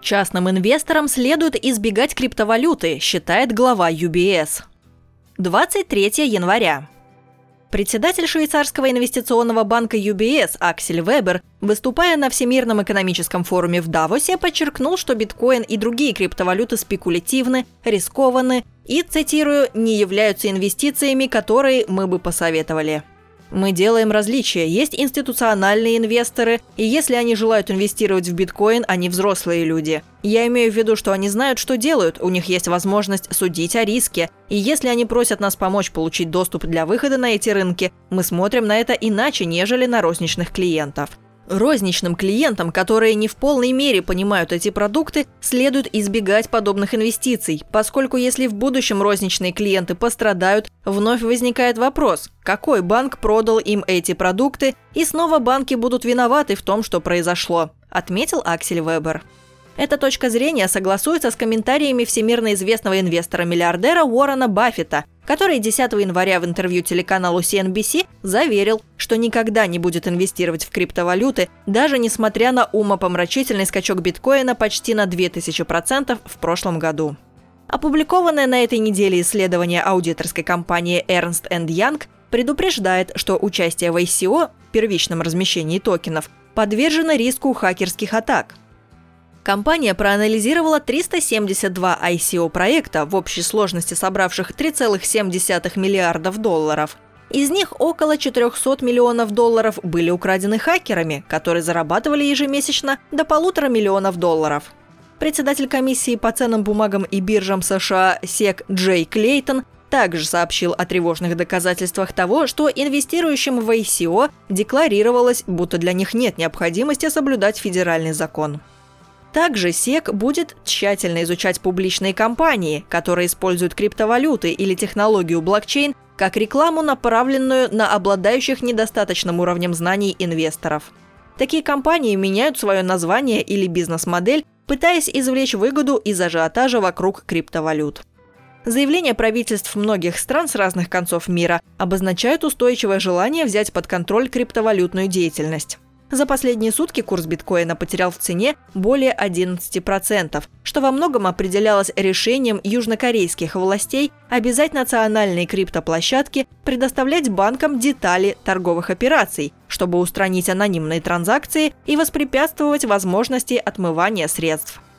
Частным инвесторам следует избегать криптовалюты, считает глава UBS. 23 января. Председатель швейцарского инвестиционного банка UBS Аксель Вебер, выступая на Всемирном экономическом форуме в Давосе, подчеркнул, что биткоин и другие криптовалюты спекулятивны, рискованы и, цитирую, «не являются инвестициями, которые мы бы посоветовали». Мы делаем различия. Есть институциональные инвесторы, и если они желают инвестировать в биткоин, они взрослые люди. Я имею в виду, что они знают, что делают, у них есть возможность судить о риске. И если они просят нас помочь получить доступ для выхода на эти рынки, мы смотрим на это иначе, нежели на розничных клиентов. Розничным клиентам, которые не в полной мере понимают эти продукты, следует избегать подобных инвестиций, поскольку если в будущем розничные клиенты пострадают, вновь возникает вопрос, какой банк продал им эти продукты, и снова банки будут виноваты в том, что произошло, отметил Аксель Вебер. Эта точка зрения согласуется с комментариями всемирно известного инвестора-миллиардера Уоррена Баффета, который 10 января в интервью телеканалу CNBC заверил, что никогда не будет инвестировать в криптовалюты, даже несмотря на умопомрачительный скачок биткоина почти на 2000% в прошлом году. Опубликованное на этой неделе исследование аудиторской компании Ernst & Young предупреждает, что участие в ICO, первичном размещении токенов, подвержено риску хакерских атак. Компания проанализировала 372 ICO-проекта в общей сложности собравших $3,7 миллиардов. Из них около $400 миллионов были украдены хакерами, которые зарабатывали ежемесячно до $1,5 миллиона. Председатель комиссии по ценным бумагам и биржам США SEC Джей Клейтон также сообщил о тревожных доказательствах того, что инвестирующим в ICO декларировалось, будто для них нет необходимости соблюдать федеральный закон. Также SEC будет тщательно изучать публичные компании, которые используют криптовалюты или технологию блокчейн как рекламу, направленную на обладающих недостаточным уровнем знаний инвесторов. Такие компании меняют свое название или бизнес-модель, пытаясь извлечь выгоду из ажиотажа вокруг криптовалют. Заявления правительств многих стран с разных концов мира обозначают устойчивое желание взять под контроль криптовалютную деятельность. За последние сутки курс биткоина потерял в цене более 11%, что во многом определялось решением южнокорейских властей обязать национальные криптоплощадки предоставлять банкам детали торговых операций, чтобы устранить анонимные транзакции и воспрепятствовать возможности отмывания средств.